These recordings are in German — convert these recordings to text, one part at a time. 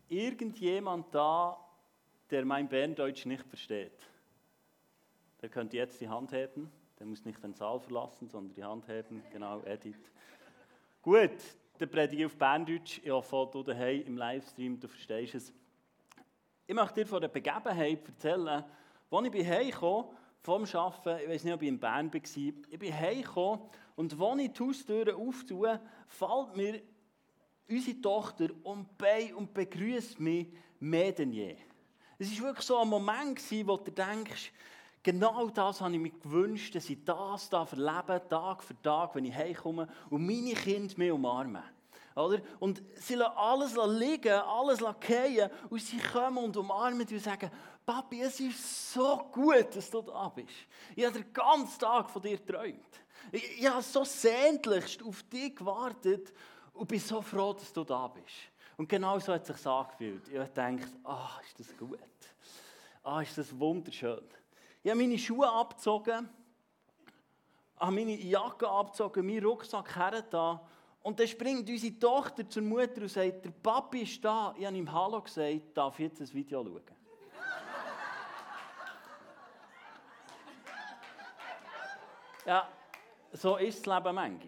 irgendjemand da, der mein Berndeutsch nicht versteht? Der könnte jetzt die Hand heben. Der muss nicht den Saal verlassen, sondern die Hand heben. Genau, Edith. Gut, dann predige ich auf Berndeutsch. Ich hoffe, du daheim im Livestream, du verstehst es. Ich möchte dir von einer Begebenheit erzählen, als ich heimgekommen bin vom Arbeiten. Ich weiß nicht, ob ich in Bern war. Ich bin heimgekommen und als ich die Haustüre auftue, fällt mir unsere Tochter um die Beine und begrüßt mich mehr denn je. Es war wirklich so ein Moment, wo du denkst, genau das habe ich mir gewünscht, dass ich das erlebe, Tag für Tag, wenn ich heimkomme und meine Kinder mich umarmen. Oder? Und sie lassen alles liegen, alles fallen und sie kommen und umarmen dich und sagen, Papi, es ist so gut, dass du da bist. Ich habe den ganzen Tag von dir geträumt. Ich habe so sehnlichst auf dich gewartet und bin so froh, dass du da bist. Und genau so hat es sich angefühlt. Ich habe gedacht, ist das gut. Ist das wunderschön. Ich habe meine Schuhe abgezogen, habe meine Jacke abgezogen, meinen Rucksack hergetan. Und dann springt unsere Tochter zur Mutter und sagt, der Papi ist da. Ich habe ihm Hallo gesagt, darf ich jetzt ein Video schauen? Ja, so ist das Leben manchmal.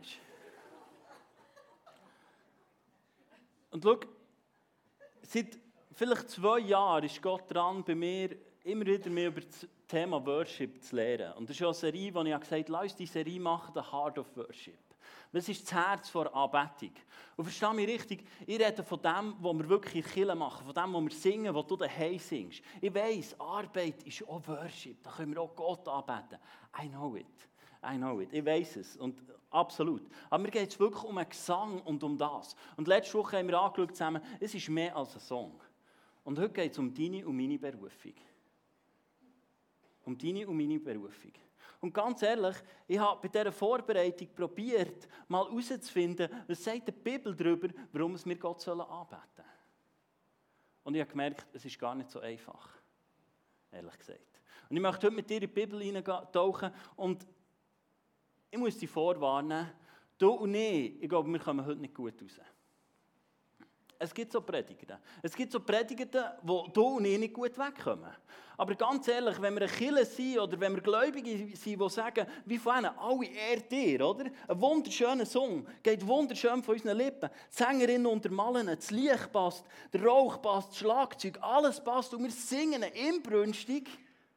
Und schau, seit vielleicht 2 Jahren ist Gott dran, bei mir immer wieder mehr über das Thema Worship zu lernen. Und das ist auch eine Serie, wo ich gesagt habe, lass uns die Serie machen, The Heart of Worship. Das ist das Herz der Anbetung. Und verstehe mich richtig, ich rede von dem, was wir wirklich in der Kirche machen, von dem, was wir singen, was du daheim singst. Ich weiss, Arbeit ist auch Worship, da können wir auch Gott anbeten. I know it, ich weiss es, und absolut. Aber mir geht es wirklich um einen Gesang und um das. Und letzte Woche haben wir angeschaut zusammen, es ist mehr als ein Song. Und heute geht es um deine und meine Berufung. Um deine und meine Berufung. Und ganz ehrlich, ich habe bei dieser Vorbereitung probiert, mal herauszufinden, was sagt die Bibel darüber, warum wir Gott anbeten sollen. Und ich habe gemerkt, es ist gar nicht so einfach. Ehrlich gesagt. Und ich möchte heute mit dir in die Bibel hineintauchen und ich muss dich vorwarnen, du und ich glaube, wir kommen heute nicht gut raus. Es gibt so Predigten. Wo du und ich nicht gut wegkommen. Aber ganz ehrlich, wenn wir eine Kirche sind oder wenn wir Gläubige sind, die sagen, wie vorhin, alle ehrt dir, oder? Ein wunderschöner Song, geht wunderschön von unseren Lippen. Die Sängerinnen untermalen, das Licht passt, der Rauch passt, das Schlagzeug, alles passt und wir singen inbrünstig.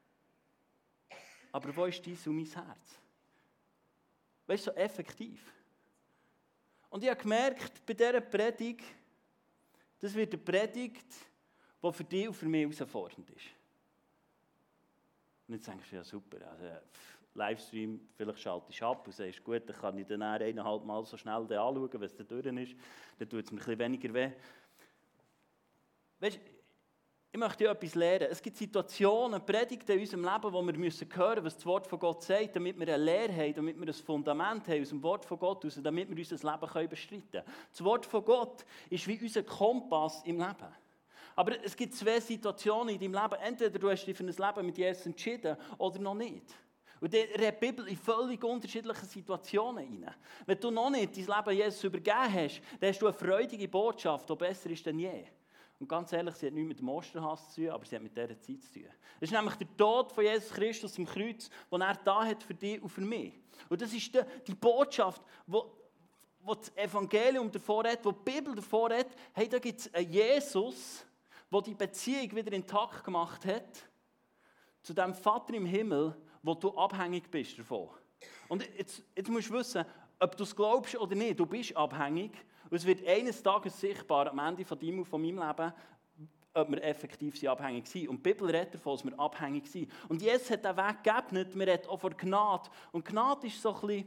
Aber wo ist dein und mein Herz? Weißt du, so effektiv. Und ich habe gemerkt, bei dieser Predigt, das wird eine Predigt, die für dich und für mich herausfordernd ist. Und jetzt denkst du, ja super, also Livestream, vielleicht schaltest du ab und sagst, gut, dann kann ich dann 1,5 Mal so schnell anschauen, was da durch ist. Dann tut es mir ein bisschen weniger weh. Weißt du, ich möchte dir etwas lernen. Es gibt Situationen, Predigten in unserem Leben, wo wir hören müssen, was das Wort von Gott sagt, damit wir eine Lehre haben, damit wir ein Fundament haben aus dem Wort von Gott heraus, damit wir unser Leben bestreiten können. Das Wort von Gott ist wie unser Kompass im Leben. Aber es gibt 2 Situationen in deinem Leben. Entweder du hast dich für ein Leben mit Jesus entschieden oder noch nicht. Und dann redet die Bibel in völlig unterschiedlichen Situationen hinein. Wenn du noch nicht dein Leben Jesus übergeben hast, dann hast du eine freudige Botschaft, die besser ist denn je. Und ganz ehrlich, sie hat nichts mit dem Osterhass zu tun, aber sie hat mit dieser Zeit zu tun. Das ist nämlich der Tod von Jesus Christus am Kreuz, den er da hat für dich und für mich. Und das ist die Botschaft, wo das Evangelium davor hat, wo die Bibel davor hat, hey, da gibt es einen Jesus, der die Beziehung wieder intakt gemacht hat, zu dem Vater im Himmel, wo du abhängig bist davon. Und jetzt musst du wissen, ob du es glaubst oder nicht, du bist abhängig. Und es wird eines Tages sichtbar, am Ende von deinem und von meinem Leben, ob wir effektiv abhängig sind. Und die Bibel redet davon, dass wir abhängig sind. Und Jesus hat den Weg geebnet, wir reden auch von Gnade. Und Gnade ist so ein bisschen,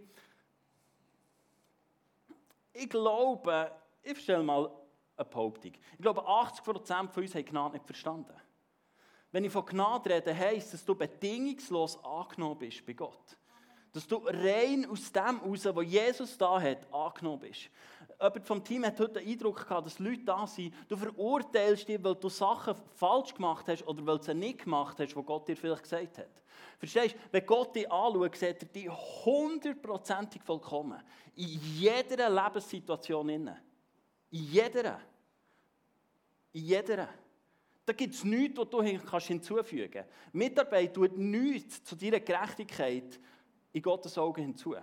ich glaube, ich stelle mal eine Behauptung. Ich glaube, 80% von uns haben Gnade nicht verstanden. Wenn ich von Gnade rede, heisst, dass du bedingungslos angenommen bist bei Gott. Dass du rein aus dem heraus, was Jesus da hat, angenommen bist. Jemand vom Team hat heute den Eindruck gehabt, dass Leute da sind, du verurteilst dich, weil du Sachen falsch gemacht hast oder weil du sie nicht gemacht hast, was Gott dir vielleicht gesagt hat. Verstehst du? Wenn Gott dich anschaut, sieht er dich 100%ig vollkommen. In jeder Lebenssituation. In jeder. In jeder. Da gibt es nichts, was du hinzufügen kannst. Mitarbeit tut nichts zu deiner Gerechtigkeit in Gottes Augen hinzu.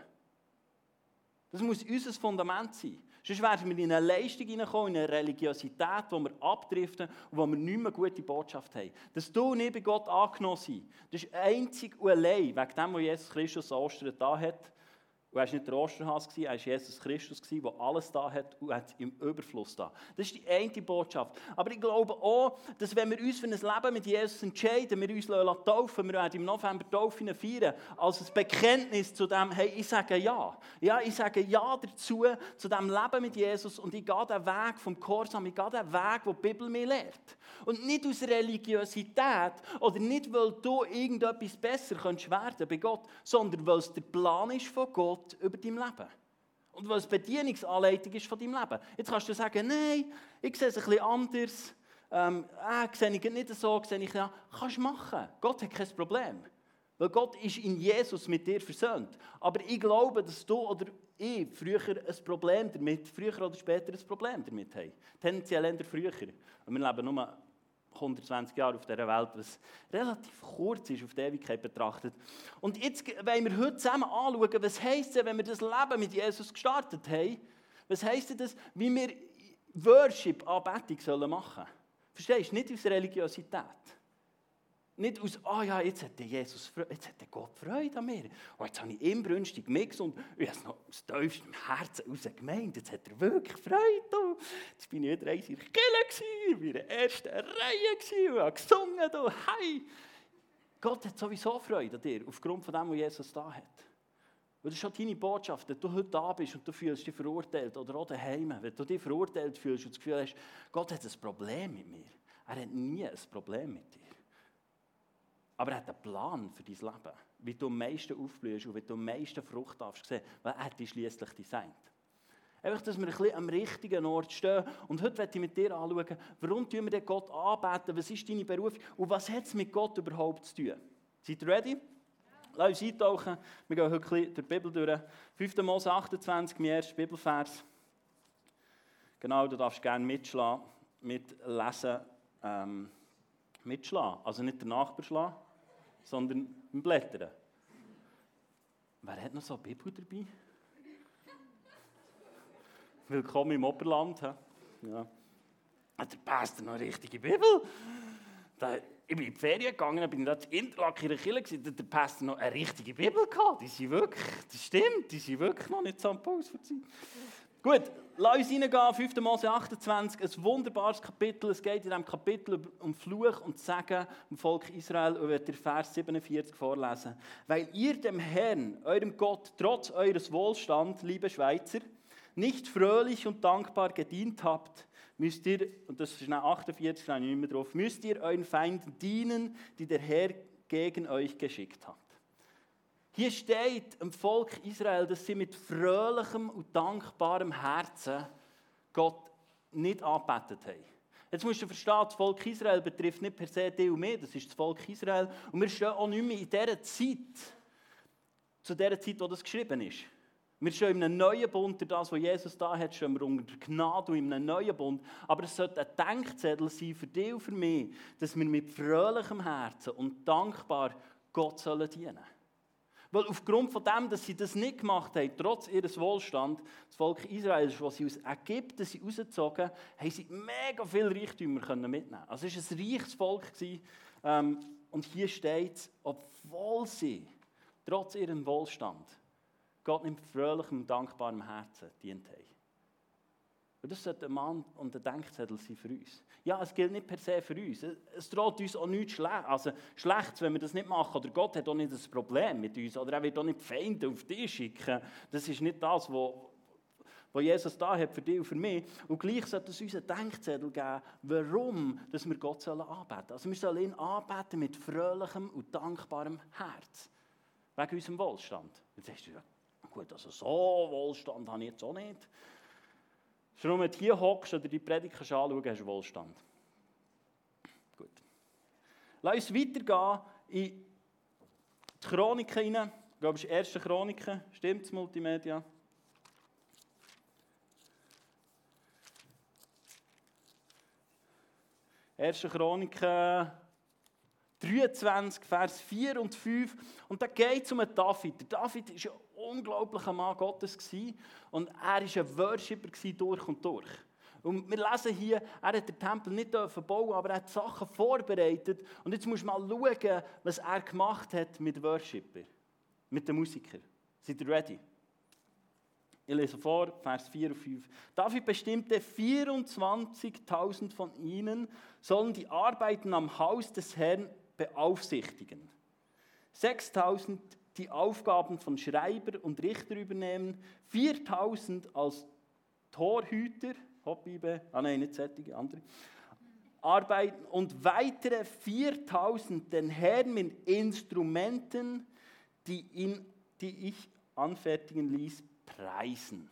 Das muss unser Fundament sein. Sonst werden wir in eine Leistung hineinkommen, in eine Religiosität, wo wir abdriften und wo wir nicht mehr gute Botschaft haben. Dass du und ich bei Gott angenommen sind, das ist einzig und allein wegen dem, was Jesus Christus an Ostern da hat. Und er war nicht der Osterhase, er war Jesus Christus, der alles da hat und hat im Überfluss da. Das ist die eine Botschaft. Aber ich glaube auch, dass wenn wir uns für ein Leben mit Jesus entscheiden, wir uns taufen, wir werden im November Taufe feiern, als ein Bekenntnis zu dem, hey, ich sage ja. Ja, ich sage ja dazu, zu diesem Leben mit Jesus und ich gehe den Weg vom Gehorsam, ich gehe den Weg, den die Bibel mir lehrt. Und nicht aus Religiosität oder nicht, weil du irgendetwas besser werden könntest bei Gott, sondern weil es der Plan ist von Gott über dein Leben. Und weil es Bedienungsanleitung ist von deinem Leben. Jetzt kannst du sagen, nein, ich sehe es ein bisschen anders, sehe ich nicht so, sehe ich ja. Kannst du machen. Gott hat kein Problem. Weil Gott ist in Jesus mit dir versöhnt. Aber ich glaube, dass du oder ich früher oder später ein Problem damit haben. Tendenziell eher früher. Und wir leben nur 120 Jahre auf dieser Welt, was relativ kurz ist auf die Ewigkeit betrachtet. Und jetzt wollen wir heute zusammen anschauen, was heisst es, wenn wir das Leben mit Jesus gestartet haben, was heisst das, wie wir Worship, Anbetung machen sollen. Verstehst du? Nicht aus Religiosität. Nicht aus, ja, jetzt hat Gott Freude an mir. Oh, jetzt habe ich inbrünstig mitgesungen und ich habe es noch aus tiefstem Herzen raus gemeint. Jetzt hat er wirklich Freude. Jetzt bin ich wieder in der Kirche, in meiner ersten Reihe und habe gesungen. Hey. Gott hat sowieso Freude an dir, aufgrund von dem, was Jesus da hat. Und das ist schon deine Botschaft, wenn du heute da bist und du fühlst dich verurteilt oder auch daheim, wenn du dich verurteilt fühlst und das Gefühl hast, Gott hat ein Problem mit mir. Er hat nie ein Problem mit dir. Aber er hat einen Plan für dein Leben, wie du am meisten aufblühst und wie du am meisten Frucht darfst sehen, weil er dich schliesslich designt. Einfach, dass wir ein bisschen am richtigen Ort stehen. Und heute möchte ich mit dir anschauen, warum wir den Gott anbeten, was ist deine Berufung und was hat es mit Gott überhaupt zu tun. Seid ihr ready? Ja. Lass uns eintauchen. Wir gehen heute ein bisschen durch die Bibel durch. 5. Mose 28, mein erster Bibelvers. Genau, du darfst gerne mitlesen, mitschlagen. Also nicht den Nachbar schlagen, sondern beim Blättern. Wer hat noch so eine Bibel dabei? Willkommen im Oberland. Ja. Hat der Pastor noch eine richtige Bibel? Ich bin in die Ferien gegangen, bin in Interlaken in der Kirche, der Pastor noch eine richtige Bibel gehabt. Die sind wirklich, das stimmt, die sind wirklich noch nicht so am Puls für die Zeit. Gut, lass uns reingehen, 5. Mose 28, ein wunderbares Kapitel. Es geht in diesem Kapitel um Fluch und Segen im Volk Israel. Und ich werde Vers 47 vorlesen. Weil ihr dem Herrn, eurem Gott, trotz eures Wohlstands, liebe Schweizer, nicht fröhlich und dankbar gedient habt, müsst ihr, und das ist nach 48, stehe ich nicht mehr drauf, müsst ihr euren Feinden dienen, die der Herr gegen euch geschickt hat. Hier steht im Volk Israel, dass sie mit fröhlichem und dankbarem Herzen Gott nicht angebetet haben. Jetzt musst du verstehen, das Volk Israel betrifft nicht per se dich und mich, das ist das Volk Israel. Und wir stehen auch nicht mehr in dieser Zeit, zu der Zeit, wo das geschrieben ist. Wir stehen in einem neuen Bund, durch das, was Jesus da hat, stehen wir unter der Gnade und in einem neuen Bund. Aber es sollte ein Denkzettel sein für dich und für mich, dass wir mit fröhlichem Herzen und dankbar Gott dienen sollen. Weil aufgrund von dem, dass sie das nicht gemacht haben, trotz ihres Wohlstands, das Volk Israel, als sie aus Ägypten rausgezogen haben sie mega viele Reichtümer mitnehmen können. Also es war ein reiches Volk. Und hier steht es, obwohl sie trotz ihrem Wohlstand Gott mit fröhlichem und dankbarem Herzen dient haben. Und das sollte ein Mann und ein Denkzettel sein für uns. Ja, es gilt nicht per se für uns. Es droht uns auch nichts Schlechtes, wenn wir das nicht machen. Oder Gott hat auch nicht ein Problem mit uns. Oder er wird auch nicht Feinde auf dich schicken. Das ist nicht das, was Jesus da hat für dich und für mich. Und gleich sollte es uns einen Denkzettel geben, warum dass wir Gott anbeten sollen. Also wir sollen ihn anbeten mit fröhlichem und dankbarem Herz. Wegen unserem Wohlstand. Jetzt sagst du, ja, gut, also so Wohlstand habe ich jetzt auch nicht. Schon wenn du hier hockst oder die Predigt anschauen, hast du Wohlstand. Gut. Lass uns weitergehen in die Chroniken rein. Ich glaube, es ist die erste Chroniken. Stimmt es, Multimedia? 1. Chroniken 23, Vers 4 und 5. Und da geht es um David. Der David war ein unglaublicher Mann Gottes und er war ein Worshipper durch und durch. Und wir lesen hier, er hat den Tempel nicht bauen, aber er hat Sachen vorbereitet. Und jetzt musst du mal schauen, was er gemacht hat mit den Worshippern, mit den Musikern. Seid ihr ready? Ich lese vor, Vers 4 und 5. David bestimmte, 24.000 von ihnen sollen die Arbeiten am Haus des Herrn beaufsichtigen. 6.000 die Aufgaben von Schreiber und Richter übernehmen, 4.000 als Torhüter, nicht solche, andere, arbeiten und weitere 4.000 den Herrn mit Instrumenten, die ich anfertigen ließ, preisen.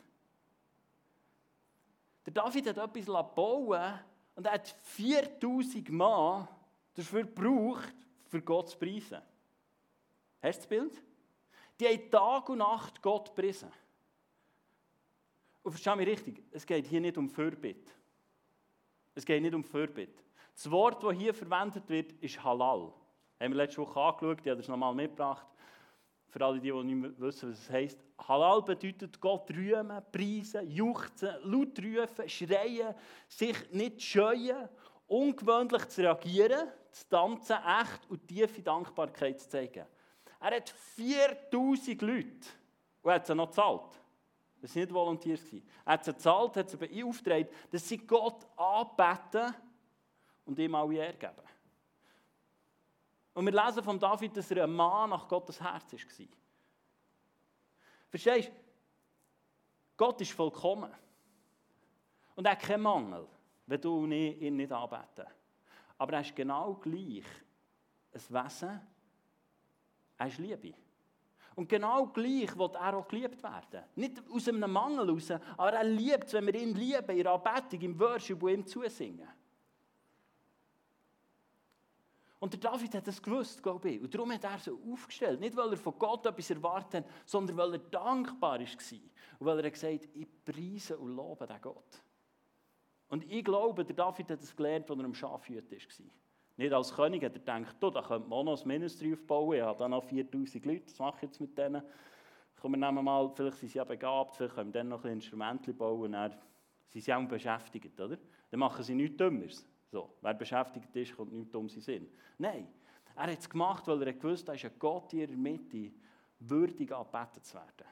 Der David hat etwas bauen und er hat 4.000 Mann dafür gebraucht, für Gott zu preisen. Hast du das Bild? Die haben Tag und Nacht Gott gepriesen. Und versteh mich richtig, es geht hier nicht um Fürbitte. Es geht nicht um Fürbitte. Das Wort, das hier verwendet wird, ist Halal. Das haben wir letzte Woche angeschaut, ich habe das nochmal mitgebracht. Für alle, die nicht mehr wissen, was es heisst. Halal bedeutet Gott rühmen, preisen, juchzen, laut rufen, schreien, sich nicht scheuen, ungewöhnlich zu reagieren, zu tanzen, echt und tiefe Dankbarkeit zu zeigen. Er hat 4'000 Leute und hat sie noch gezahlt. Das waren nicht Volunteers. Er hat sie gezahlt, hat sie beauftragt, dass sie Gott anbeten und ihm alle Ehre geben. Und wir lesen von David, dass er ein Mann nach Gottes Herz war. Verstehst du? Gott ist vollkommen. Und er hat keinen Mangel, wenn du und ich ihn nicht anbeten. Aber er ist genau gleich ein Wesen. Er ist Liebe. Und genau gleich will er auch geliebt werden. Nicht aus einem Mangel heraus, aber er liebt es, wenn wir ihn lieben, in der Anbetung, im Worship und ihm zusingen. Und der David hat das gewusst, glaube ich. Und darum hat er so aufgestellt. Nicht, weil er von Gott etwas erwartet hat, sondern weil er dankbar war. Und weil er gesagt hat, ich preise und lobe den Gott. Und ich glaube, der David hat es gelernt, als er am Schafhüten war. Nicht als König hat er gedacht, da könnte man auch noch ein Ministry aufbauen. Ich habe da noch 4'000 Leute, was mache ich jetzt mit denen? Komm, wir nehmen mal, vielleicht sind sie ja begabt, vielleicht können wir dann noch ein Instrumente bauen. Und dann sind sie auch beschäftigt, oder? Dann machen sie nichts Dummeres. So, wer beschäftigt ist, kommt nichts um seinen Sinn. Nein, er hat es gemacht, weil er gewusst hat, er ist ein Gott in ihrer Mitte, würdig angebetet zu werden.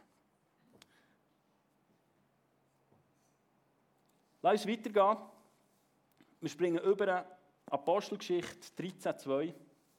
Lass uns weitergehen. Wir springen über Apostelgeschichte 13,2.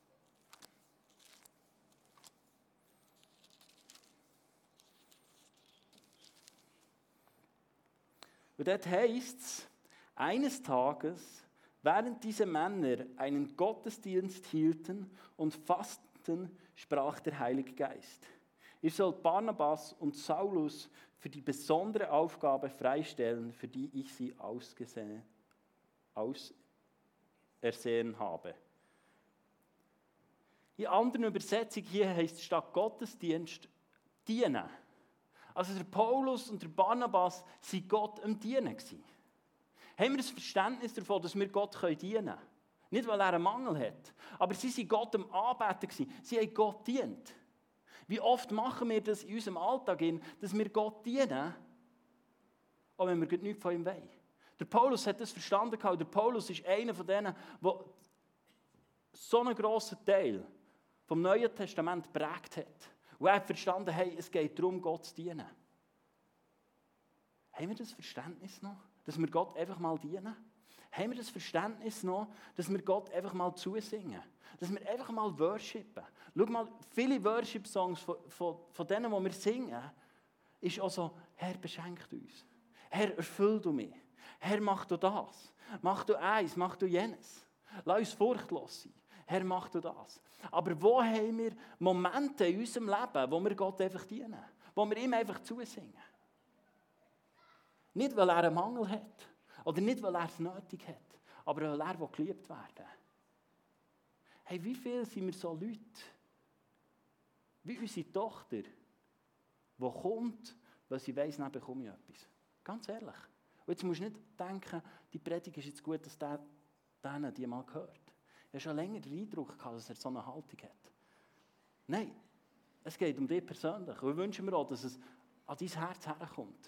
Und dort heisst es, eines Tages, während diese Männer einen Gottesdienst hielten und fasteten, sprach der Heilige Geist: Ihr sollt Barnabas und Saulus für die besondere Aufgabe freistellen, für die ich sie ausersehen habe. In anderen Übersetzungen hier heisst es statt Gottesdienst dienen. Also der Paulus und der Barnabas waren Gott am Dienen gewesen. Haben wir ein Verständnis davon, dass wir Gott dienen können? Nicht, weil er einen Mangel hat, aber sie waren Gott am Anbeten gewesen. Sie haben Gott dient. Wie oft machen wir das in unserem Alltag, dass wir Gott dienen, auch wenn wir nichts von ihm wollen? Der Paulus hat das verstanden. Der Paulus ist einer von denen, der so einen grossen Teil vom Neuen Testament geprägt hat. Und er hat verstanden, hey, es geht darum, Gott zu dienen. Haben wir das Verständnis noch, dass wir Gott einfach mal dienen? Haben wir das Verständnis noch, dass wir Gott einfach mal zusingen? Dass wir einfach mal worshipen? Schau mal, viele Worship-Songs von denen, die wir singen, ist auch so, Herr, beschenkt uns. Herr, erfüll du mich. Herr, mach du das. Mach du eins, mach du jenes. Lass uns furchtlos sein. Herr, mach du das. Aber wo haben wir Momente in unserem Leben, wo wir Gott einfach dienen? Wo wir ihm einfach zusingen? Nicht, weil er einen Mangel hat. Oder nicht, weil er es nötig hat. Aber weil er geliebt werden will. Hey, wie viel sind wir so Leute, wie unsere Tochter, die kommt, weil sie weiss, dann bekomme ich etwas. Ganz ehrlich. Und jetzt musst du nicht denken, die Predigt ist jetzt gut, dass der denen, die mal gehört. Ich habe schon länger den Eindruck gehabt, dass er so eine Haltung hat. Nein, es geht um dich persönlich. Und ich wünsche mir auch, dass es an dein Herz herkommt.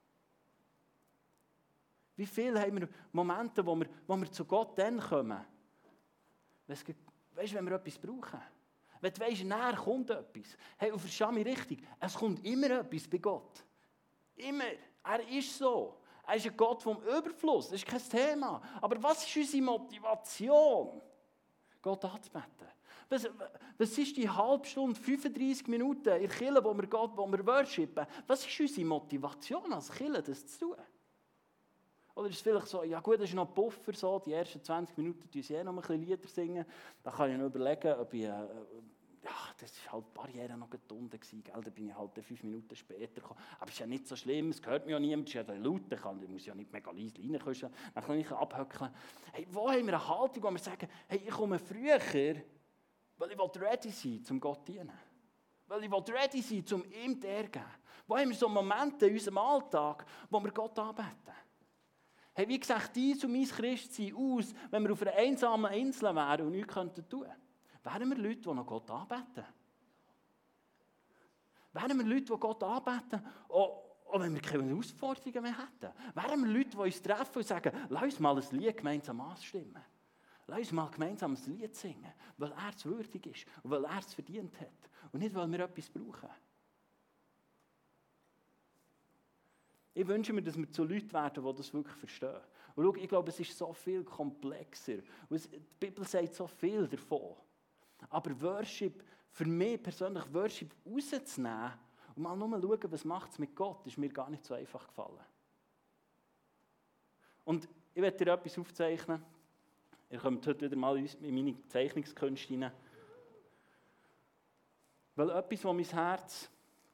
Wie viele haben wir Momente, wo wir zu Gott dann kommen? Weißt du, wenn wir etwas brauchen? Wenn du weisst, näher kommt etwas. Hey, und versteh mich richtig, es kommt immer etwas bei Gott. Immer. Er ist so. Er ist ein Gott vom Überfluss. Das ist kein Thema. Aber was ist unsere Motivation, Gott anzubeten? Was ist die halbe Stunde, 35 Minuten in der Kirche, wo wir worshipen? Was ist unsere Motivation als Kirche, das zu tun? Oder ist es vielleicht so, ja gut, das ist noch ein Puffer, so, die ersten 20 Minuten tun sie noch ein bisschen Lieder singen. Da kann ich noch überlegen, ob ich, das war halt die Barriere noch unten gewesen, gell? Da bin ich halt 5 Minuten später gekommen. Aber es ist ja nicht so schlimm, es hört mir ja niemand, es ist ja laut, ich muss ja nicht mega leise reinkommen, dann kann ich abhöckeln. Hey, wo haben wir eine Haltung, wo wir sagen, hey, ich komme früher, weil ich ready sein will, um Gott zu dienen. Weil ich ready sein will, um ihm zu geben. Wo haben wir so Momente in unserem Alltag, wo wir Gott anbeten? Hey, wie sieht dies und mein Christsein aus, wenn wir auf einer einsamen Insel wären und nichts tun könnten? Wären wir Leute, die noch Gott anbeten? Wären wir Leute, die Gott anbeten, auch wenn wir keine Herausforderungen mehr hätten? Wären wir Leute, die uns treffen und sagen, lass uns mal ein Lied gemeinsam anstimmen? Lass uns mal gemeinsam ein Lied singen, weil er es würdig ist und weil er es verdient hat und nicht, weil wir etwas brauchen. Ich wünsche mir, dass wir zu Leuten werden, die das wirklich verstehen. Und schau, ich glaube, es ist so viel komplexer. Und die Bibel sagt so viel davon. Aber Worship, für mich persönlich Worship rauszunehmen und mal nur schauen, was macht es mit Gott, ist mir gar nicht so einfach gefallen. Und ich werde dir etwas aufzeichnen. Ihr kommt heute wieder mal in meine Zeichnungskünste hinein. Weil etwas, was mein Herz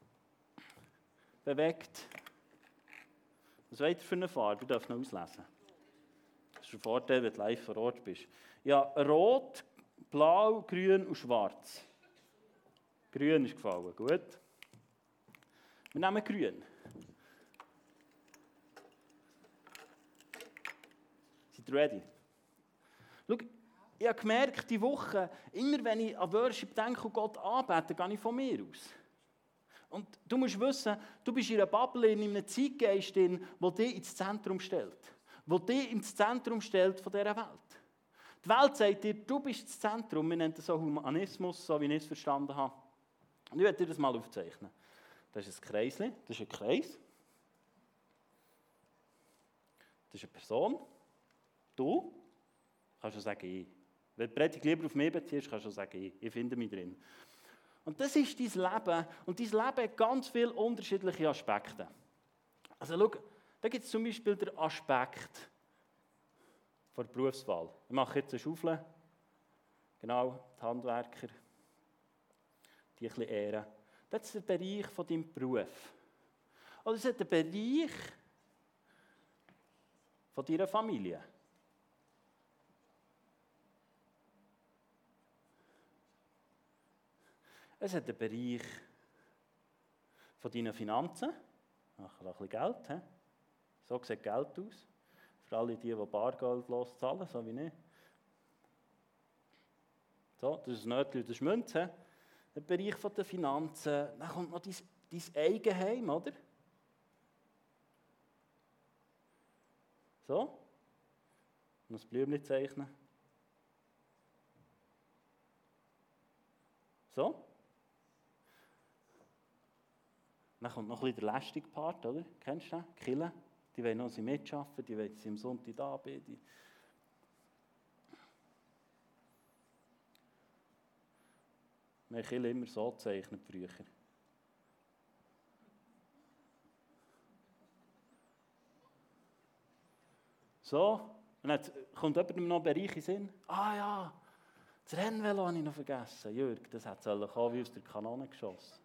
bewegt. Was wollt ihr für eine Farbe? Ihr dürft noch auslesen. Das ist ein Vorteil, wenn du live vor Ort bist. Ja, rot, blau, grün und schwarz. Grün ist gefallen, gut. Wir nehmen grün. Seid ihr ready? Schau, ich habe gemerkt, diese Woche, immer wenn ich an Worship denke und Gott anbete, gehe ich von mir aus. Und du musst wissen, du bist in einer Bubble, in einem Zeitgeist, der dich ins Zentrum stellt. Der dich ins Zentrum stellt von dieser Welt. Die Welt sagt dir, du bist das Zentrum. Wir nennen das so Humanismus, so wie ich es verstanden habe. Und ich werde dir das mal aufzeichnen. Das ist ein Kreisli, das ist ein Kreis. Das ist eine Person. Du kannst schon sagen, ich. Wenn du die Predigt lieber auf mich beziehst, kannst du schon sagen, ich finde mich drin. Und das ist dein Leben. Und dein Leben hat ganz viele unterschiedliche Aspekte. Also schau, da gibt es zum Beispiel den Aspekt der Berufswahl. Ich mache jetzt eine Schaufel. Genau, die Handwerker, die ein bisschen ehren. Das ist der Bereich von deinem Beruf. Oder es ist der Bereich von deiner Familie. Es hat den Bereich von deinen Finanzen. Machen wir ein bisschen Geld. He? So sieht Geld aus. Für alle die Bargeld zahlen, so wie ich. So, das ist ein Nötchen, das ist Münze. Der Bereich von den Finanzen. Dann kommt noch dein Eigenheim, oder? So. Noch ein Blümchen zeichnen. So. Dann kommt noch ein bisschen der lästige Part, oder? Kennst du den? Die Kirche. Die wollen noch mitarbeiten, die wollen sie am Sonntag da beten. Wir haben die Kirche immer so gezeichnet früher. So, und jetzt kommt jemandem noch ein Bereich in den Sinn. Ah ja, das Rennvelo habe ich noch vergessen. Jürg, das hat kommen wie aus der Kanone geschossen.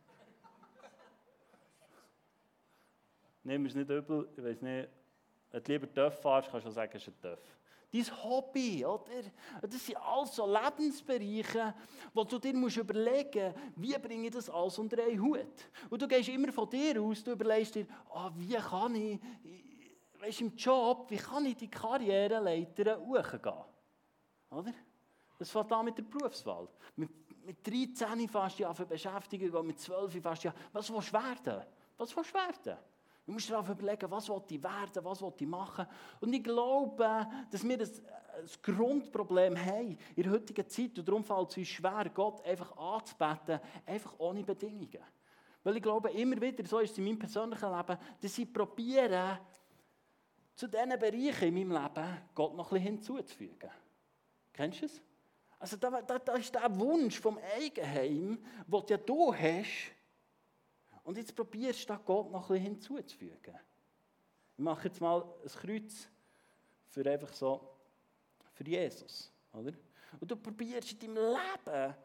Nimm es nicht übel, ich weiss nicht, wenn du lieber TÜV fahrst, kannst du sagen, es ist ein TÜV. Dein Hobby, oder? Das sind alles so Lebensbereiche, wo du dir überlegen musst, wie bringe ich das alles unter einen Hut? Und du gehst immer von dir aus, du überlegst dir, wie kann ich, weißt, im Job, wie kann ich die Karriereleiter hochgehen? Oder? Das fängt an mit der Berufswahl. Mit 13 fängst du dich an beschäftigen, und mit 12 fängst du dich an. Was willst du werden? Was willst du werden? Du musst dir überlegen, was will ich werden, was will ich machen. Und ich glaube, dass wir ein Grundproblem haben in der heutigen Zeit. Und darum fällt es uns schwer, Gott einfach anzubeten, einfach ohne Bedingungen. Weil ich glaube, immer wieder, so ist es in meinem persönlichen Leben, dass ich probiere, zu diesen Bereichen in meinem Leben Gott noch ein bisschen hinzuzufügen. Kennst du es? Also da ist der Wunsch vom Eigenheim, den du hast. Und jetzt probierst du da Gott noch ein bisschen hinzuzufügen. Ich mache jetzt mal ein Kreuz für einfach so, für Jesus. Oder? Und du probierst in deinem Leben,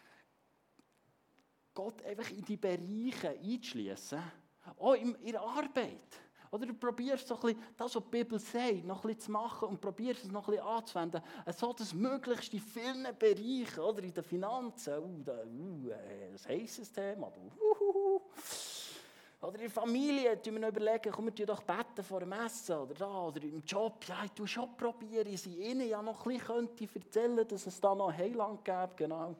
Gott einfach in die Bereiche einzuschliessen. Auch in der Arbeit. Oder du probierst so ein bisschen das, was die Bibel sagt, noch ein bisschen zu machen und probierst es noch ein bisschen anzuwenden. So, dass möglichst in vielen Bereichen, oder in den Finanzen, das heisses Thema. Oder in der Familie, tun wir noch überlegen, komm, wir doch beten vor dem Essen oder im Job. Ja, ich tue schon probieren, ich ihnen ja noch ein bisschen erzählen, dass es da noch Heiland gibt. Genau.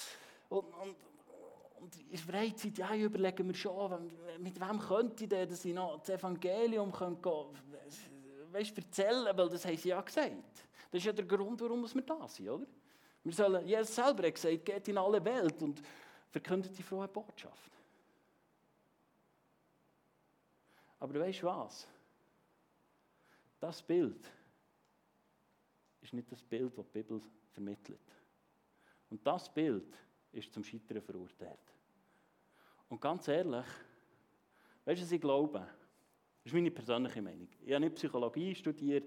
Und in der Freizeit, ja, überlegen wir schon, mit wem könnte ich denn, dass ich noch das Evangelium erzählen, weil das haben sie ja gesagt. Das ist ja der Grund, warum wir da sind, oder? Wir sollen, Jesus selber hat gesagt, geht in alle Welt und verkündet die frohe Botschaft. Aber weißt du was? Das Bild ist nicht das Bild, das die Bibel vermittelt. Und das Bild ist zum Scheitern verurteilt. Und ganz ehrlich, weißt du, was ich glaube? Das ist meine persönliche Meinung. Ich habe nicht Psychologie studiert.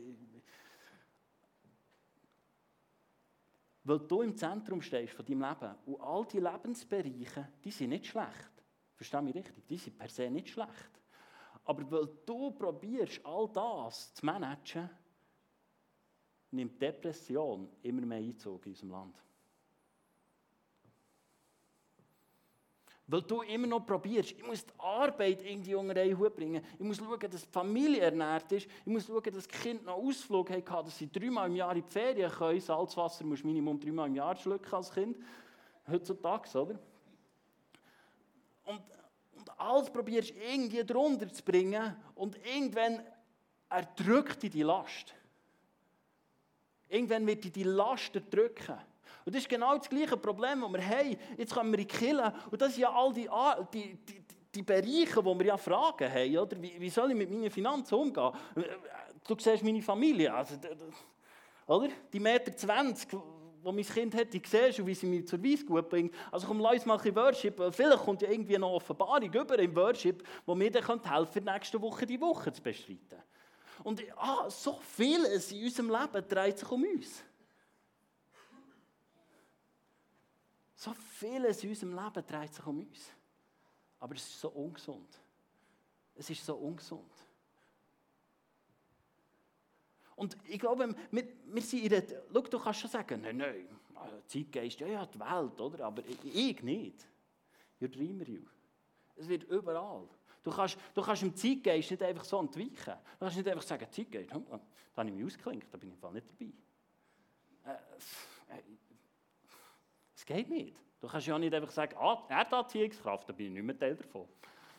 Weil du im Zentrum stehst von deinem Leben und all die Lebensbereiche, die sind nicht schlecht. Versteh mich richtig, die sind per se nicht schlecht. Aber weil du probierst, all das zu managen, nimmt Depression immer mehr Einzug in unserem Land. Weil du immer noch probierst, ich muss die Arbeit irgendwie unter einen Hut bringen. Ich muss schauen, dass die Familie ernährt ist. Ich muss schauen, dass die Kinder noch Ausflug haben, dass sie 3-mal im Jahr in die Ferien können. Salzwasser musst du Minimum 3-mal im Jahr schlucken als Kind. Heutzutage, oder? Und alles probierst du irgendwie drunter zu bringen und irgendwann erdrückt dich die Last. Irgendwann wird dich die Last erdrücken. Und das ist genau das gleiche Problem, das wir haben. Jetzt kommen wir in die Kirche und das sind ja all die Bereiche, wo wir ja Fragen haben. Oder? Wie soll ich mit meinen Finanzen umgehen? Du siehst meine Familie, also, oder? Die 1,20 Meter, die mein Kind hat, die siehst du, wie sie mich zur Weissgut bringt. Also komm, lass uns mal ein bisschen Worship. Vielleicht kommt ja irgendwie noch eine Offenbarung über im Worship, wo mir dann helfen könnte, nächste Woche die Woche zu bestreiten. Und so vieles in unserem Leben dreht sich um uns. So vieles in unserem Leben dreht sich um uns. Aber es ist so ungesund. Es ist so ungesund. Und ich glaube, wir sind in der... Schau, du kannst schon sagen, nein, Zeitgeist, ja, die Welt, oder? Aber ich nicht. You're dreamer, you. Es wird überall. Du kannst im Zeitgeist nicht einfach so entweichen. Du kannst nicht einfach sagen, Zeitgeist, da habe ich mich ausgeklinkt, da bin ich im Fall nicht dabei. Es geht nicht. Du kannst ja nicht einfach sagen, Erdanziehungskraft, da bin ich nicht mehr Teil davon.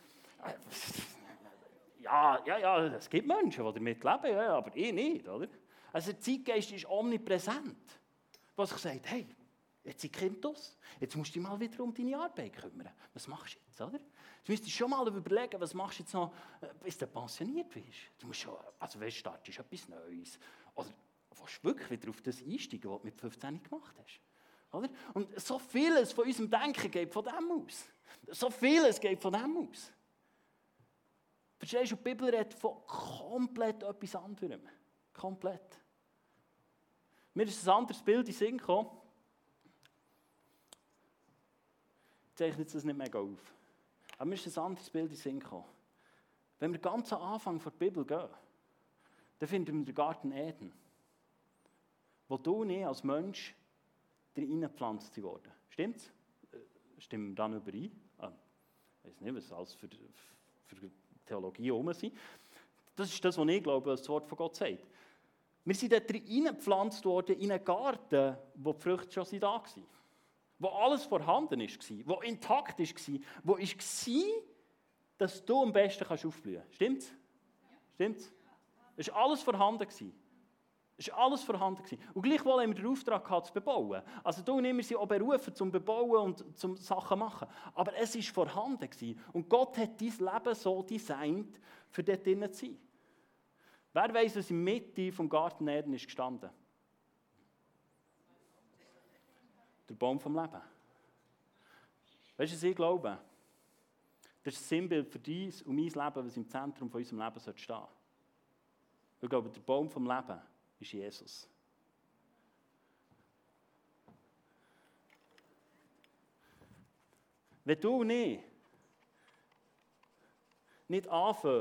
Ja, es gibt Menschen, die damit leben, ja, aber ich nicht, oder? Also der Zeitgeist ist omnipräsent. Was ich sage, hey, jetzt sind Kinder aus, jetzt musst du dich mal wieder um deine Arbeit kümmern. Was machst du jetzt, oder? Du müsstest schon mal überlegen, was machst du jetzt noch, bis du pensioniert bist. Du musst schon, also wenn du startest, etwas Neues. Oder willst du wirklich wieder auf das einsteigen, was du mit 15 gemacht hast? Oder? Und so vieles von unserem Denken geht von dem aus. So vieles geht von dem aus. Verstehst du, die Bibel redet von komplett etwas anderem. Komplett. Mir ist ein anderes Bild in den Sinn gekommen. Ich zeichne jetzt das nicht mega auf. Aber mir ist ein anderes Bild in den Sinn gekommen. Wenn wir ganz am Anfang der Bibel gehen, dann finden wir den Garten Eden, wo du und ich als Mensch reingepflanzt worden. Stimmt's? Stimmen wir dann überein? Ich weiß nicht, was alles für Theologie herum sind. Das ist das, was ich glaube, was das Wort von Gott sagt. Wir sind dort reingepflanzt worden in einen Garten, wo die Früchte schon da waren. Wo alles vorhanden war, wo intakt war, wo war, dass du am besten aufblühen kannst. Stimmt's? Stimmt's? Es war alles vorhanden. Es war alles vorhanden. Und gleichwohl haben wir den Auftrag gehabt, zu bebauen. Also du und ich, wir sind auch berufen, zum Bebauen und zum Sachen zu machen. Aber es war vorhanden. Und Gott hat dein Leben so designt, für dort drinnen zu sein. Wer weiss, was in der Mitte vom Garten Eden ist gestanden? Der Baum vom Leben. Weißt du, was ich glaube? Das ist ein Sinnbild für dein und mein Leben, was im Zentrum von unserem Leben stehen sollte. Ich glaube, der Baum vom Leben ist Jesus. Wenn du und ich nicht anfangen,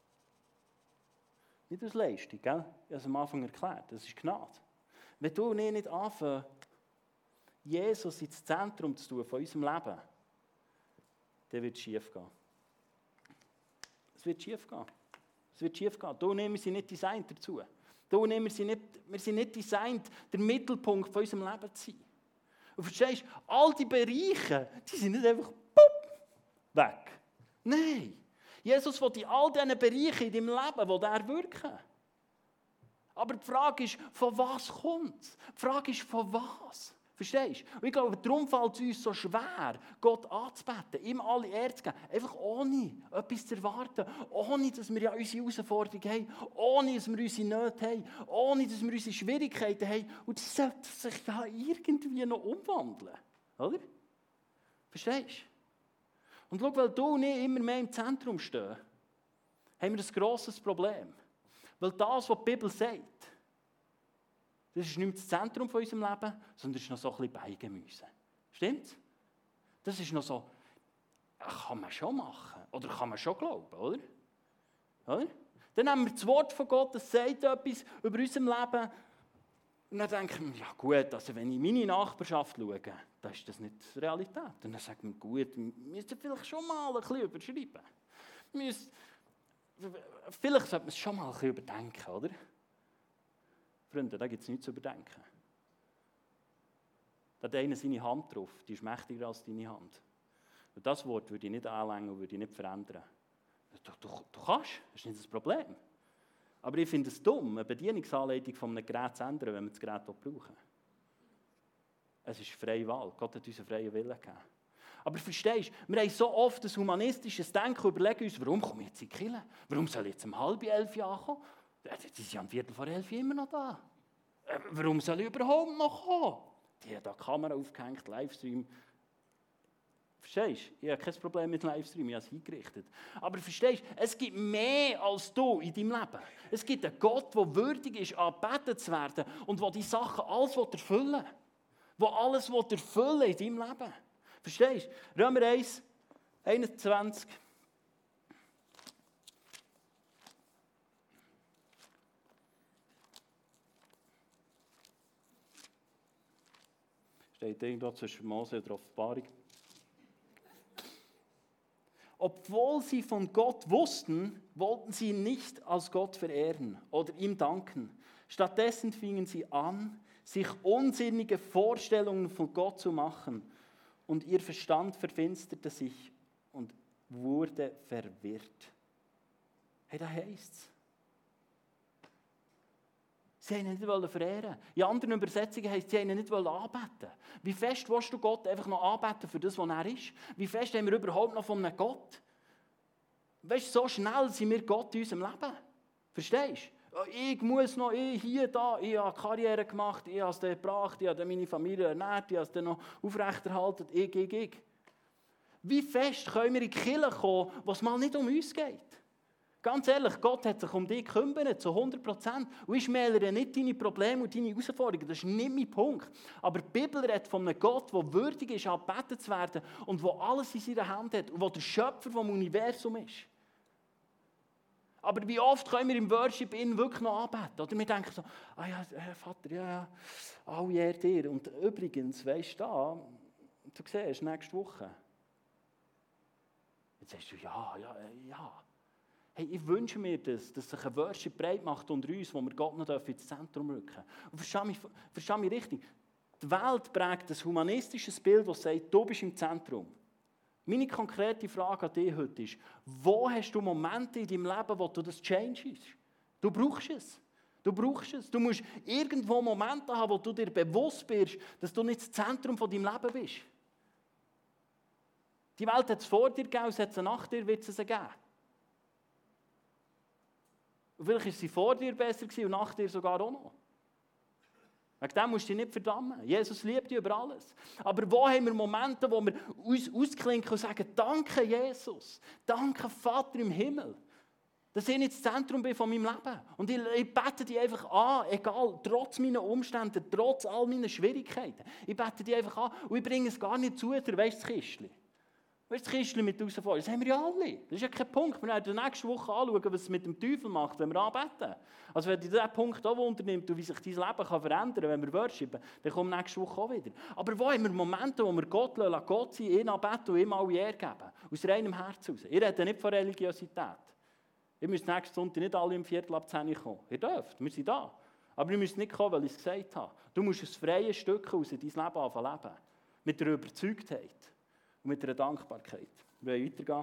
nicht aus Leistung, gell? Ich habe es am Anfang erklärt, das ist Gnade. Wenn du und ich nicht anfangen, Jesus ins Zentrum zu tun von unserem Leben, dann wird es schief gehen. Es wird schief gehen. Es wird schief gehen. Du und ich, wir sind nicht designt dazu. Du und ich, wir sind nicht designt, der Mittelpunkt von unserem Leben zu sein. Und verstehst du, all die Bereiche, die sind nicht einfach weg. Nein. Jesus will in all diesen Bereichen in deinem Leben, wo der wirken. Aber die Frage ist, von was kommt es? Die Frage ist, von was? Verstehst du? Und ich glaube, darum fällt es uns so schwer, Gott anzubeten, ihm alle Ehre zu geben. Einfach ohne etwas zu erwarten. Ohne, dass wir ja unsere Herausforderungen haben. Ohne, dass wir unsere Nöte haben. Ohne, dass wir unsere Schwierigkeiten haben. Und das sollte sich ja irgendwie noch umwandeln. Oder? Verstehst du? Und schau, weil du und ich immer mehr im Zentrum stehen, haben wir ein grosses Problem. Weil das, was die Bibel sagt, das ist nicht mehr das Zentrum von unserem Leben, sondern das ist noch so ein bisschen Beigemüse. Stimmt's? Das ist noch so, kann man schon machen. Oder kann man schon glauben, oder? Oder? Dann haben wir das Wort von Gott, das sagt etwas über unser Leben. Und dann denken wir, ja gut, also wenn ich meine Nachbarschaft schaue, dann ist das nicht die Realität. Und dann sagen wir, gut, wir müssen vielleicht schon mal ein bisschen überschreiben. Vielleicht sollte man es schon mal ein bisschen überdenken, oder? Freunde, da gibt es nichts zu überdenken. Da hat einer seine Hand drauf, die ist mächtiger als deine Hand. Und das Wort würde ich nicht anlängen und würde ich nicht verändern. Du kannst, das ist nicht das Problem. Aber ich finde es dumm, eine Bedienungsanleitung von einem Gerät zu ändern, wenn wir das Gerät brauchen. Es ist freie Wahl. Gott hat uns einen freien Willen gegeben. Aber verstehst du, wir haben so oft ein humanistisches Denken und überlegen uns, warum komme ich jetzt in die Kirche? Warum soll ich jetzt um 10:30 ankommen? Die sind am 11:15 immer noch da. Warum soll ich überhaupt noch kommen? Die haben da die Kamera aufgehängt, Livestream. Verstehst du? Ich habe kein Problem mit Livestream, ich habe es eingerichtet. Aber verstehst du, es gibt mehr als du in deinem Leben. Es gibt einen Gott, der würdig ist, angebetet zu werden und der die Sachen alles erfüllen will. Der alles erfüllen will in deinem Leben. Verstehst du? Römer 1, 21. Steht irgendwo zwischen Mose und der Offenbarung. Obwohl sie von Gott wussten, wollten sie ihn nicht als Gott verehren oder ihm danken. Stattdessen fingen sie an, sich unsinnige Vorstellungen von Gott zu machen. Und ihr Verstand verfinsterte sich und wurde verwirrt. Hey, da heisst es. Sie wollten ihn nicht verehren. In anderen Übersetzungen heisst es, sie wollten ihn nicht anbeten. Wie fest willst du Gott einfach noch anbeten für das, was er ist? Wie fest haben wir überhaupt noch von einem Gott? Weißt du, so schnell sind wir Gott in unserem Leben. Verstehst du? Ich muss noch, hier, da, ich habe Karriere gemacht, ich habe es gebracht, ich habe meine Familie ernährt, ich habe es dann noch aufrechterhalten, ich. Wie fest können wir in die Kirche kommen, wo es mal nicht um uns geht? Ganz ehrlich, Gott hat sich um dich gekümmert, zu 100%. Und ich schmälere nicht deine Probleme und deine Herausforderungen, das ist nicht mein Punkt. Aber die Bibel redet von einem Gott, der würdig ist, angebetet zu werden und der alles in seiner Hand hat und der der Schöpfer vom Universum ist. Aber wie oft können wir im Worship ihn wirklich noch anbeten? Oder wir denken so, ja, Vater, ja, alle Ehre dir. Und übrigens, weisst du, du siehst, nächste Woche. Jetzt sagst du, ja. Hey, ich wünsche mir das, dass sich ein Worship breit macht unter uns, wo wir Gott noch ins Zentrum rücken. Und versteh mich richtig. Die Welt prägt ein humanistisches Bild, das sagt, du bist im Zentrum. Meine konkrete Frage an dich heute ist, wo hast du Momente in deinem Leben, wo du das changest? Du brauchst es. Du brauchst es. Du musst irgendwo Momente haben, wo du dir bewusst bist, dass du nicht das Zentrum von deinem Leben bist. Die Welt hat es vor dir gegeben, es hat es nach dir, wird es geben. Und vielleicht war sie vor dir besser und nach dir sogar auch noch. Wegen dem musst du dich nicht verdammen. Jesus liebt dich über alles. Aber wo haben wir Momente, wo wir uns ausklinken und sagen, danke Jesus, danke Vater im Himmel, dass ich nicht das Zentrum bin von meinem Leben. Und ich bete dich einfach an, egal, trotz meiner Umstände, trotz all meiner Schwierigkeiten. Ich bete dich einfach an und ich bringe es gar nicht zu dir, weißt du, das Kistchen. Weißt du, das Kistchen mit Herausforderungen, das haben wir ja alle. Das ist ja kein Punkt. Wir werden nächste Woche anschauen, was es mit dem Teufel macht, wenn wir anbeten. Also wenn dieser Punkt auch unternimmt und wie sich dein Leben kann verändern kann, wenn wir worshipen, dann kommt nächste Woche auch wieder. Aber wo haben wir Momente, wo wir Gott lassen, Gott sein, ihn anbeten und ihm alle Ehre geben? Aus reinem Herzen heraus. Ich rede nicht von Religiosität. Ihr müsst nächsten Sonntag nicht alle um 9:45 kommen. Ihr dürft, wir sind da. Aber ihr müsst nicht kommen, weil ich es gesagt habe. Du musst ein freies Stück aus dein Leben anfangen leben. Mit einer Überzeugtheit. Und mit einer Dankbarkeit. Wir wollen weitergehen.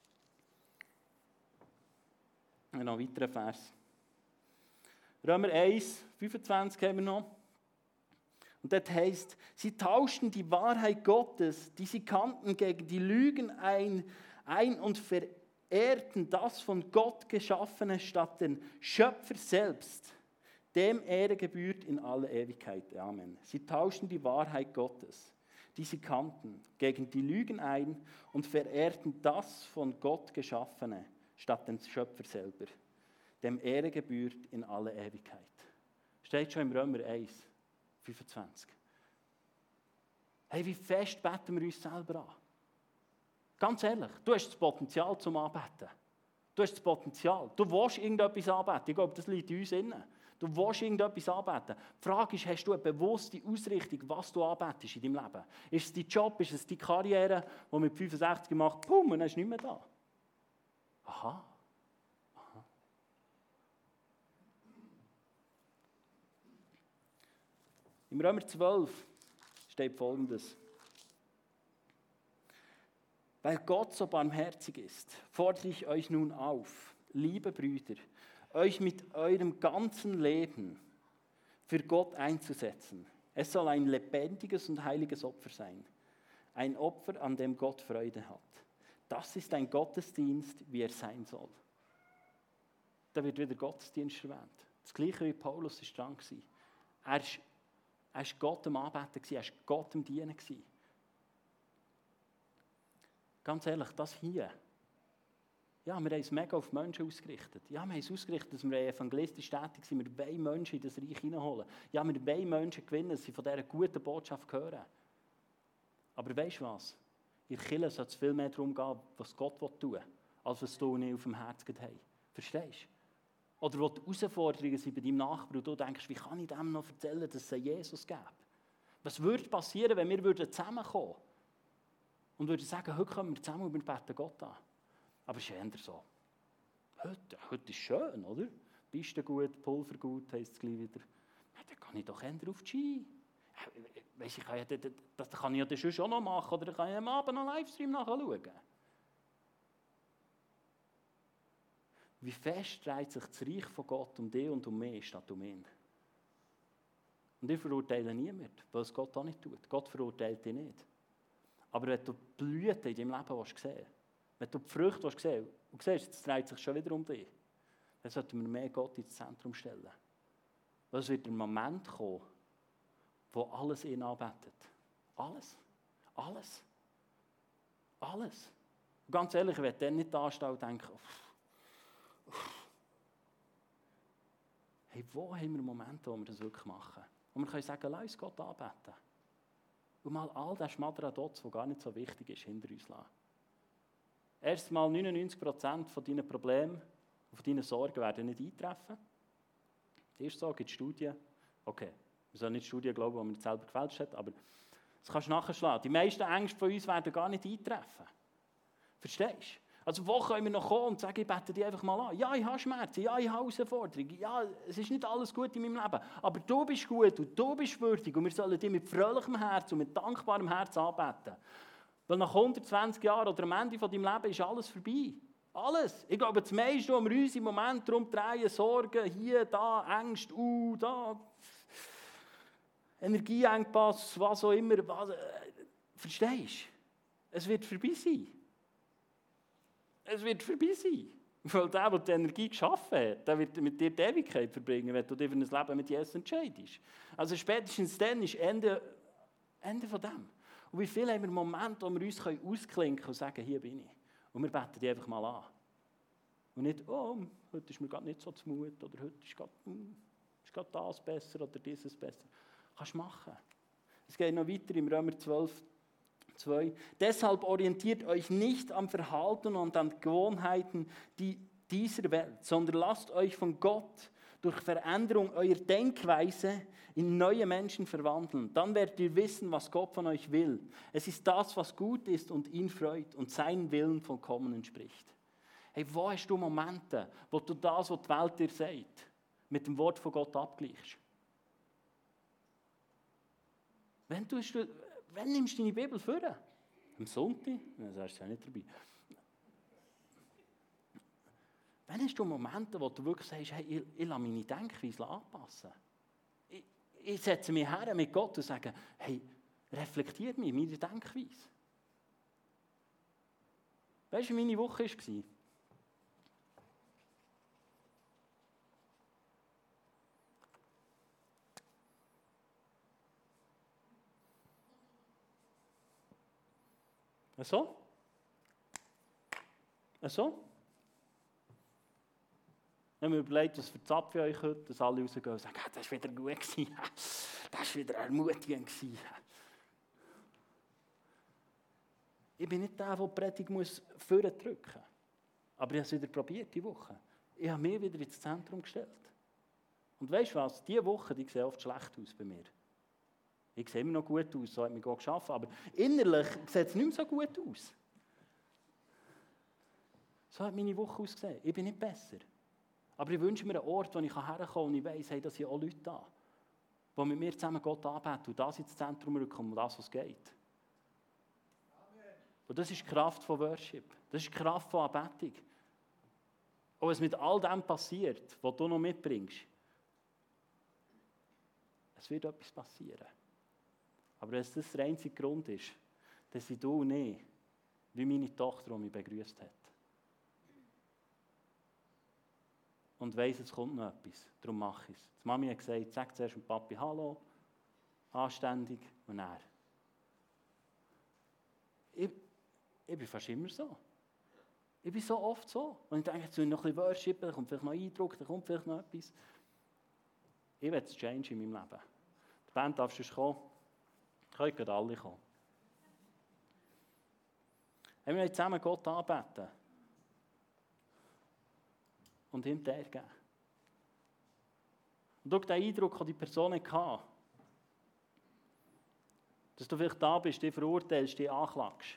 Und noch einen weiteren Vers. Römer 1, 25 haben wir noch. Und dort heisst, sie tauschten die Wahrheit Gottes, die sie kannten, gegen die Lügen ein und verehrten das von Gott Geschaffene statt den Schöpfer selbst. Dem Ehre gebührt in alle Ewigkeit. Amen. Sie tauschten die Wahrheit Gottes, die sie kannten, gegen die Lügen ein und verehrten das von Gott Geschaffene, statt den Schöpfer selber. Dem Ehre gebührt in alle Ewigkeit. Steht schon im Römer 1, 25. Hey, wie fest beten wir uns selber an? Ganz ehrlich, du hast das Potenzial zum Anbeten. Du hast das Potenzial. Du willst irgendetwas anbeten. Ich glaube, das liegt in uns innen. Du willst irgendetwas anbeten. Die Frage ist, hast du eine bewusste Ausrichtung, was du anbetest in deinem Leben? Ist es dein Job, ist es deine Karriere, die mit 65 macht, pum, und dann ist nicht mehr da? Aha. Im Römer 12 steht Folgendes. Weil Gott so barmherzig ist, fordere ich euch nun auf, liebe Brüder, euch mit eurem ganzen Leben für Gott einzusetzen. Es soll ein lebendiges und heiliges Opfer sein. Ein Opfer, an dem Gott Freude hat. Das ist ein Gottesdienst, wie er sein soll. Da wird wieder Gottesdienst erwähnt. Das Gleiche wie Paulus war dran. Er war Gott am Anbeten, er war Gott am Dienen. Ganz ehrlich, das hier, ja, wir haben es mega auf Menschen ausgerichtet. Ja, wir haben es ausgerichtet, dass wir evangelistisch tätig sind. Wir wollen Menschen in das Reich hineinholen. Ja, wir wollen Menschen gewinnen, dass sie von dieser guten Botschaft hören. Aber weißt du was? In der Kirche sollte es viel mehr darum gehen, was Gott tun will, als was du und ich auf dem Herzen haben. Verstehst du? Oder wo die Herausforderungen sind bei deinem Nachbarn und du denkst, wie kann ich dem noch erzählen, dass es einen Jesus gibt? Was würde passieren, wenn wir zusammenkommen würden? Und würde sagen, heute kommen wir zusammen und wir beten Gott an. Aber es ist eher so. Heute ist schön, oder? Piste gut, Pulver gut, heisst es gleich wieder. Dann kann ich doch eher auf die Ski. Weiss ich, das kann ich ja dann schon noch machen, oder dann kann ich am Abend noch einen Livestream nachschauen. Wie fest dreht sich das Reich von Gott um dich und um mich, statt um ihn? Und ich verurteile niemanden, weil es Gott auch nicht tut. Gott verurteilt dich nicht. Aber wenn du die Blüten in deinem Leben sehen willst, wenn du die Früchte sehen willst, und siehst, es dreht sich schon wieder um dich, dann sollten wir mehr Gott ins Zentrum stellen. Weil es wird ein Moment kommen, wo alles ihn anbetet. Alles. Alles. Alles. Und ganz ehrlich, ich werde dann nicht dastehen und denken, hey, wo haben wir Momente, wo wir das wirklich machen? Und wir können sagen, lass uns Gott anbeten. Und mal all den Schmadradotz, der gar nicht so wichtig ist, hinter uns lassen. Erst mal 99% von deinen Problemen und von deinen Sorgen werden nicht eintreffen. Erst so gibt es Studien. Okay, wir sollen nicht Studien glauben, die man nicht selber gefälscht hat, aber das kannst du nachschlagen. Die meisten Ängste von uns werden gar nicht eintreffen. Verstehst du? Also wo können wir noch kommen und sagen, ich bete dich einfach mal an. Ja, ich habe Schmerzen, ja, ich habe Herausforderungen, ja, es ist nicht alles gut in meinem Leben, aber du bist gut und du bist würdig und wir sollen dich mit fröhlichem Herz und mit dankbarem Herz anbeten. Weil nach 120 Jahren oder am Ende von deinem Leben ist alles vorbei. Alles. Ich glaube, das meiste, was wir uns im Moment darum drehen, Sorgen, hier, da, Ängste, da, Energieengpass, was auch immer. Verstehst du? Es wird vorbei sein. Es wird vorbei sein. Weil der die Energie geschaffen hat, der wird mit dir die Ewigkeit verbringen, wenn du dich für ein Leben mit Jesus entscheidest. Also spätestens dann ist Ende von dem. Und wie viele haben wir Momente, wo wir uns ausklinken können und sagen, hier bin ich. Und wir beten die einfach mal an. Und nicht, oh, heute ist mir gerade nicht so zumut, oder heute ist gerade das besser oder dieses besser. Kannst du machen. Es geht noch weiter im Römer 12:2. Deshalb orientiert euch nicht am Verhalten und an Gewohnheiten dieser Welt, sondern lasst euch von Gott durch Veränderung eurer Denkweise in neue Menschen verwandeln. Dann werdet ihr wissen, was Gott von euch will. Es ist das, was gut ist und ihn freut und seinen Willen vollkommen entspricht. Hey, wo hast du Momente, wo du das, was die Welt dir sagt, mit dem Wort von Gott abgleichst? Wann nimmst du deine Bibel vor? Am Sonntag? Das ist ja nicht dabei. Wann hast du Momente, wo du wirklich sagst, hey, ich lasse meine Denkweise anpassen? Ich setze mich her mit Gott und sage, hey, reflektiert mich, meine Denkweise. Weißt du, wie meine Woche war? So? So? Ich habe mir überlegt, was für Zapf für euch heute, dass alle rausgehen und sagen, das war wieder gut gewesen, das war wieder ermutigend gewesen. Ich bin nicht der die Predigt vordrücken muss. Aber ich habe es wieder probiert, diese Woche. Ich habe mich wieder ins Zentrum gestellt. Und weißt du was? Diese Woche, die sehen oft schlecht aus bei mir. Ich sehe immer noch gut aus, so hat mich Gott geschaffen, aber innerlich sieht es nicht mehr so gut aus. So hat meine Woche ausgesehen. Ich bin nicht besser. Aber ich wünsche mir einen Ort, wo ich herkommen kann und ich weiss, hey, da sind auch Leute da, die mit mir zusammen Gott anbeten und das ins Zentrum rücken, um das, was geht. Amen. Und das ist die Kraft von Worship. Das ist die Kraft von Anbetung. Und was mit all dem passiert, was du noch mitbringst, es wird etwas passieren. Aber wenn es das der einzige Grund ist, dass ich du nicht, wie meine Tochter, die mich begrüßt hat. Und weiss, es kommt noch etwas, darum mache ich es. Die Mami hat gesagt, sag zuerst dem Papi Hallo, anständig und er. Ich bin fast immer so. Ich bin so oft so. Und ich denke, jetzt will ich noch ein bisschen worshipen, dann kommt vielleicht noch Eindruck, dann kommt vielleicht noch etwas. Ich will es change in meinem Leben. Die Band darf schon kommen. Können gerade alle kommen. Wir wollen zusammen Gott anbeten. Und ihm die Ehre geben. Und schau den Eindruck, den die Person hatte. Dass du vielleicht da bist, dich verurteilst, dich anklagst.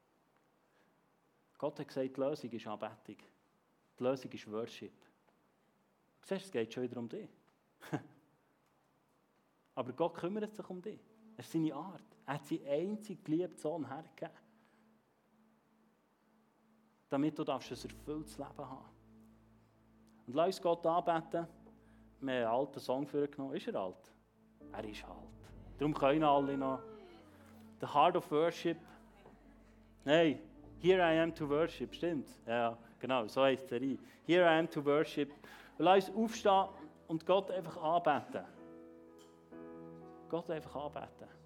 Gott hat gesagt, die Lösung ist Anbetung. Die Lösung ist Worship. Du siehst, es geht schon wieder um dich. Aber Gott kümmert sich um dich. Es ist seine Art. Er hat seinen einzigen geliebten Sohn hergegeben. Damit du ein erfülltes Leben haben. Und lass uns Gott anbeten. Wir haben einen alten Song vorgenommen. Ist er alt? Er ist alt. Darum können alle noch. The Heart of Worship. Hey, Here I am to worship. Stimmt? Ja, genau. So heisst er. Here I am to worship. Und lass uns aufstehen und Gott einfach anbeten. Gott einfach anbeten.